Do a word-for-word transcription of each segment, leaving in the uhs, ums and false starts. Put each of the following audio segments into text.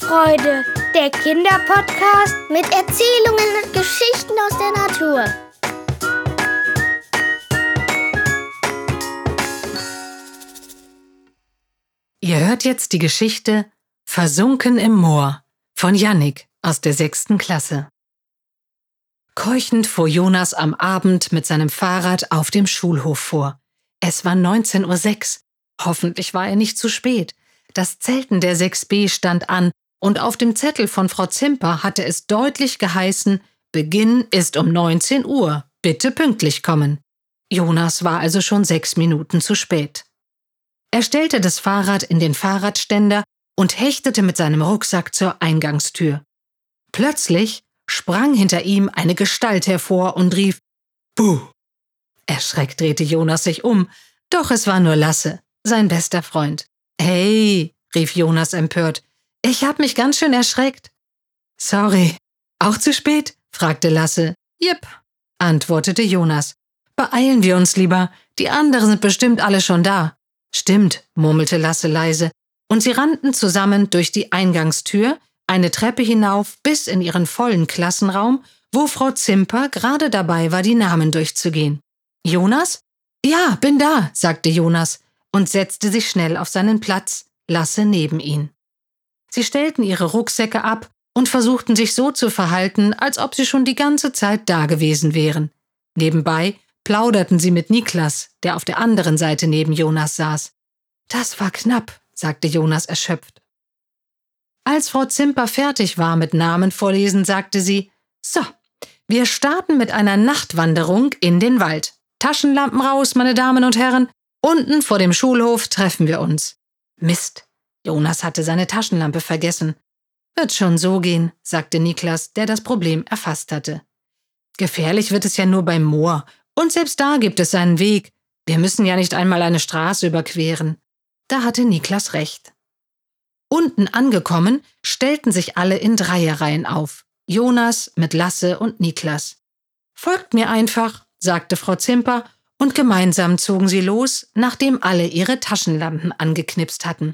Lebensfreude, der Kinderpodcast mit Erzählungen und Geschichten aus der Natur. Ihr hört jetzt die Geschichte Versunken im Moor von Jannik aus der sechsten Klasse. Keuchend fuhr Jonas am Abend mit seinem Fahrrad auf dem Schulhof vor. Es war neunzehn Uhr sechs. Hoffentlich war er nicht zu spät. Das Zelten der sechs b stand an und auf dem Zettel von Frau Zimper hatte es deutlich geheißen, Beginn ist um neunzehn Uhr, bitte pünktlich kommen. Jonas war also schon sechs Minuten zu spät. Er stellte das Fahrrad in den Fahrradständer und hechtete mit seinem Rucksack zur Eingangstür. Plötzlich sprang hinter ihm eine Gestalt hervor und rief, »Buh!« Erschreckt drehte Jonas sich um, doch es war nur Lasse, sein bester Freund. »Hey«, rief Jonas empört, »ich hab mich ganz schön erschreckt.« »Sorry, auch zu spät?« fragte Lasse. »Jipp«, antwortete Jonas. »Beeilen wir uns lieber, die anderen sind bestimmt alle schon da.« »Stimmt«, murmelte Lasse leise, und sie rannten zusammen durch die Eingangstür, eine Treppe hinauf bis in ihren vollen Klassenraum, wo Frau Zimper gerade dabei war, die Namen durchzugehen. »Jonas?« »Ja, bin da«, sagte Jonas und setzte sich schnell auf seinen Platz, Lasse neben ihn. Sie stellten ihre Rucksäcke ab und versuchten sich so zu verhalten, als ob sie schon die ganze Zeit da gewesen wären. Nebenbei plauderten sie mit Niklas, der auf der anderen Seite neben Jonas saß. »Das war knapp«, sagte Jonas erschöpft. Als Frau Zimper fertig war mit Namen vorlesen, sagte sie, »So, wir starten mit einer Nachtwanderung in den Wald. Taschenlampen raus, meine Damen und Herren. Unten vor dem Schulhof treffen wir uns.« Mist, Jonas hatte seine Taschenlampe vergessen. »Wird schon so gehen«, sagte Niklas, der das Problem erfasst hatte. »Gefährlich wird es ja nur beim Moor. Und selbst da gibt es seinen Weg. Wir müssen ja nicht einmal eine Straße überqueren.« Da hatte Niklas recht. Unten angekommen, stellten sich alle in Dreierreihen auf. Jonas mit Lasse und Niklas. »Folgt mir einfach«, sagte Frau Zimper, und gemeinsam zogen sie los, nachdem alle ihre Taschenlampen angeknipst hatten.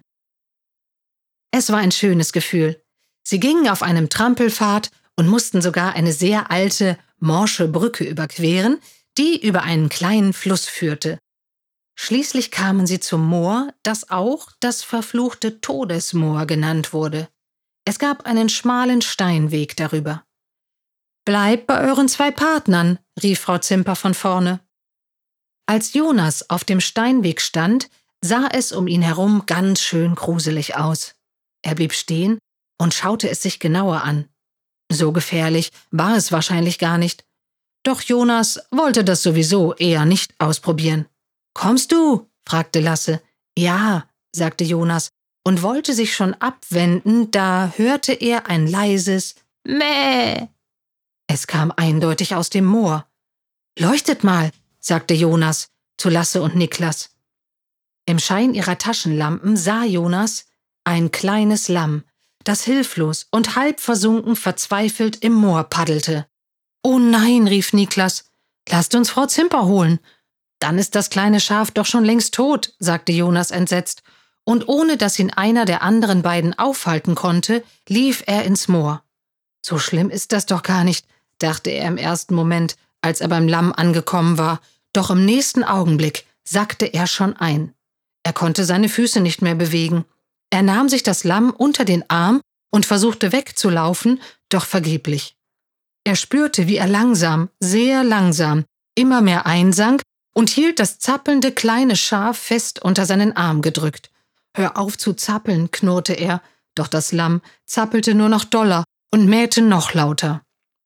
Es war ein schönes Gefühl. Sie gingen auf einem Trampelpfad und mussten sogar eine sehr alte, morsche Brücke überqueren, die über einen kleinen Fluss führte. Schließlich kamen sie zum Moor, das auch das verfluchte Todesmoor genannt wurde. Es gab einen schmalen Steinweg darüber. »Bleibt bei euren zwei Partnern«, rief Frau Zimper von vorne. Als Jonas auf dem Steinweg stand, sah es um ihn herum ganz schön gruselig aus. Er blieb stehen und schaute es sich genauer an. So gefährlich war es wahrscheinlich gar nicht. Doch Jonas wollte das sowieso eher nicht ausprobieren. »Kommst du?« fragte Lasse. »Ja«, sagte Jonas und wollte sich schon abwenden, da hörte er ein leises Mäh. Es kam eindeutig aus dem Moor. »Leuchtet mal«, sagte Jonas zu Lasse und Niklas. Im Schein ihrer Taschenlampen sah Jonas ein kleines Lamm, das hilflos und halb versunken verzweifelt im Moor paddelte. »Oh nein«, rief Niklas, »lasst uns Frau Zimper holen.« »Dann ist das kleine Schaf doch schon längst tot«, sagte Jonas entsetzt, und ohne dass ihn einer der anderen beiden aufhalten konnte, lief er ins Moor. »So schlimm ist das doch gar nicht«, dachte er im ersten Moment, als er beim Lamm angekommen war, doch im nächsten Augenblick sackte er schon ein. Er konnte seine Füße nicht mehr bewegen. Er nahm sich das Lamm unter den Arm und versuchte wegzulaufen, doch vergeblich. Er spürte, wie er langsam, sehr langsam, immer mehr einsank und hielt das zappelnde kleine Schaf fest unter seinen Arm gedrückt. »Hör auf zu zappeln«, knurrte er, doch das Lamm zappelte nur noch doller und mähte noch lauter.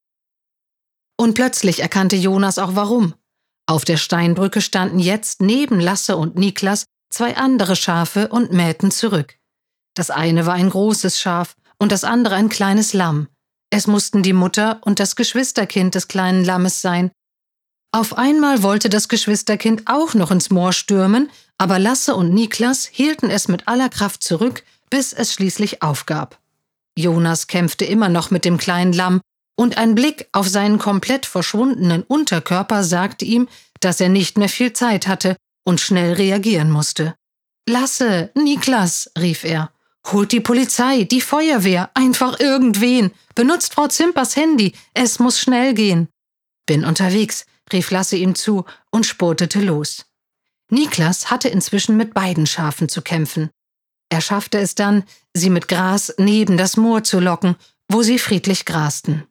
Und plötzlich erkannte Jonas auch warum. Auf der Steinbrücke standen jetzt neben Lasse und Niklas zwei andere Schafe und mähten zurück. Das eine war ein großes Schaf und das andere ein kleines Lamm. Es mussten die Mutter und das Geschwisterkind des kleinen Lammes sein. Auf einmal wollte das Geschwisterkind auch noch ins Moor stürmen, aber Lasse und Niklas hielten es mit aller Kraft zurück, bis es schließlich aufgab. Jonas kämpfte immer noch mit dem kleinen Lamm, und ein Blick auf seinen komplett verschwundenen Unterkörper sagte ihm, dass er nicht mehr viel Zeit hatte und schnell reagieren musste. »Lasse, Niklas«, rief er, Holt die Polizei, die Feuerwehr, einfach irgendwen. Benutzt Frau Zimpers Handy, es muss schnell gehen. Bin unterwegs, rief Lasse ihm zu und spurtete los. Niklas hatte inzwischen mit beiden Schafen zu kämpfen. Er schaffte es dann, sie mit Gras neben das Moor zu locken, wo sie friedlich grasten.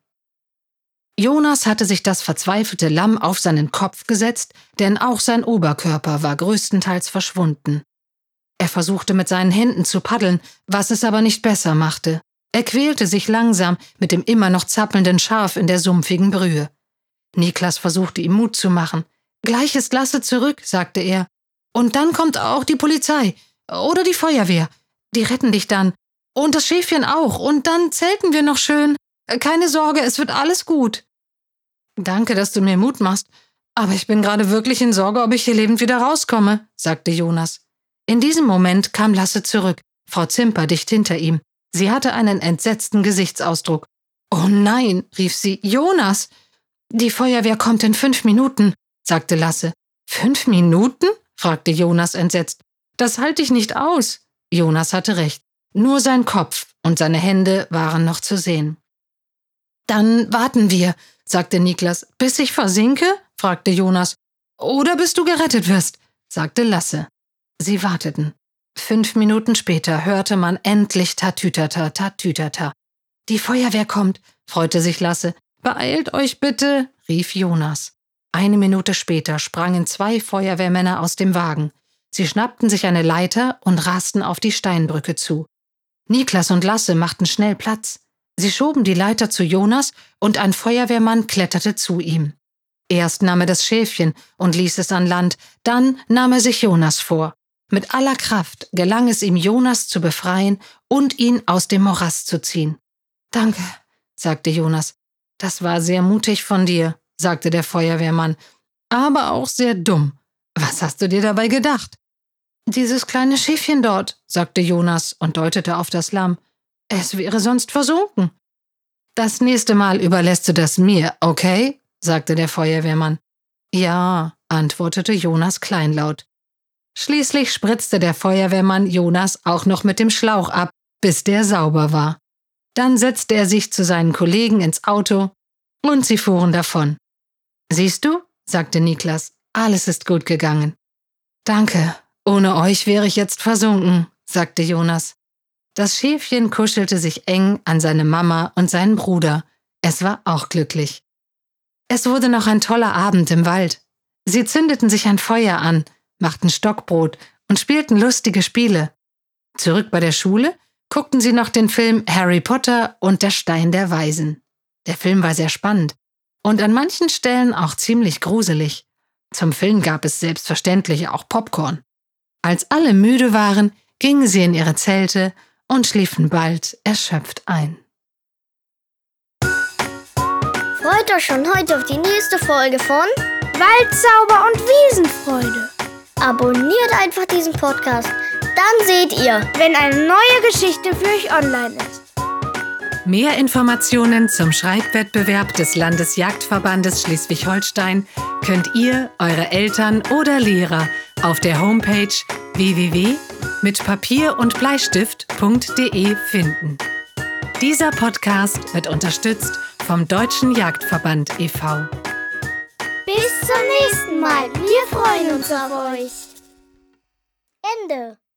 Jonas hatte sich das verzweifelte Lamm auf seinen Kopf gesetzt, denn auch sein Oberkörper war größtenteils verschwunden. Er versuchte mit seinen Händen zu paddeln, was es aber nicht besser machte. Er quälte sich langsam mit dem immer noch zappelnden Schaf in der sumpfigen Brühe. Niklas versuchte ihm Mut zu machen. »Gleich ist Lasse zurück«, sagte er. »Und dann kommt auch die Polizei oder die Feuerwehr. Die retten dich dann. Und das Schäfchen auch. Und dann zelten wir noch schön. Keine Sorge, es wird alles gut.« »Danke, dass du mir Mut machst. Aber ich bin gerade wirklich in Sorge, ob ich hier lebend wieder rauskomme«, sagte Jonas. In diesem Moment kam Lasse zurück, Frau Zimper dicht hinter ihm. Sie hatte einen entsetzten Gesichtsausdruck. »Oh nein«, rief sie, »Jonas!« »Die Feuerwehr kommt in fünf Minuten«, sagte Lasse. »Fünf Minuten?«, fragte Jonas entsetzt. »Das halte ich nicht aus.« Jonas hatte recht. Nur sein Kopf und seine Hände waren noch zu sehen. »Dann warten wir«, sagte Niklas. »Bis ich versinke?«, fragte Jonas. »Oder bis du gerettet wirst«, sagte Lasse. Sie warteten. Fünf Minuten später hörte man endlich Tatütata, Tatütata. »Die Feuerwehr kommt«, freute sich Lasse. »Beeilt euch bitte«, rief Jonas. Eine Minute später sprangen zwei Feuerwehrmänner aus dem Wagen. Sie schnappten sich eine Leiter und rasten auf die Steinbrücke zu. Niklas und Lasse machten schnell Platz. Sie schoben die Leiter zu Jonas und ein Feuerwehrmann kletterte zu ihm. Erst nahm er das Schäfchen und ließ es an Land, dann nahm er sich Jonas vor. Mit aller Kraft gelang es ihm, Jonas zu befreien und ihn aus dem Morast zu ziehen. »Danke«, sagte Jonas. »Das war sehr mutig von dir«, sagte der Feuerwehrmann, »aber auch sehr dumm. Was hast du dir dabei gedacht?« »Dieses kleine Schäfchen dort«, sagte Jonas und deutete auf das Lamm. »Es wäre sonst versunken.« »Das nächste Mal überlässt du das mir, okay?«, sagte der Feuerwehrmann. »Ja«, antwortete Jonas kleinlaut. Schließlich spritzte der Feuerwehrmann Jonas auch noch mit dem Schlauch ab, bis der sauber war. Dann setzte er sich zu seinen Kollegen ins Auto und sie fuhren davon. »Siehst du«, sagte Niklas, »alles ist gut gegangen.« »Danke, ohne euch wäre ich jetzt versunken«, sagte Jonas. Das Schäfchen kuschelte sich eng an seine Mama und seinen Bruder. Es war auch glücklich. Es wurde noch ein toller Abend im Wald. Sie zündeten sich ein Feuer an, machten Stockbrot und spielten lustige Spiele. Zurück bei der Schule guckten sie noch den Film Harry Potter und der Stein der Weisen. Der Film war sehr spannend und an manchen Stellen auch ziemlich gruselig. Zum Film gab es selbstverständlich auch Popcorn. Als alle müde waren, gingen sie in ihre Zelte und schliefen bald erschöpft ein. Freut euch schon heute auf die nächste Folge von Waldzauber und Wiesenfreude. Abonniert einfach diesen Podcast, dann seht ihr, wenn eine neue Geschichte für euch online ist. Mehr Informationen zum Schreibwettbewerb des Landesjagdverbandes Schleswig-Holstein könnt ihr, eure Eltern oder Lehrer auf der Homepage w w w punkt mit papier und bleistift punkt de finden. Dieser Podcast wird unterstützt vom Deutschen Jagdverband e V Bis zum nächsten Mal. Wir freuen uns auf euch. Ende.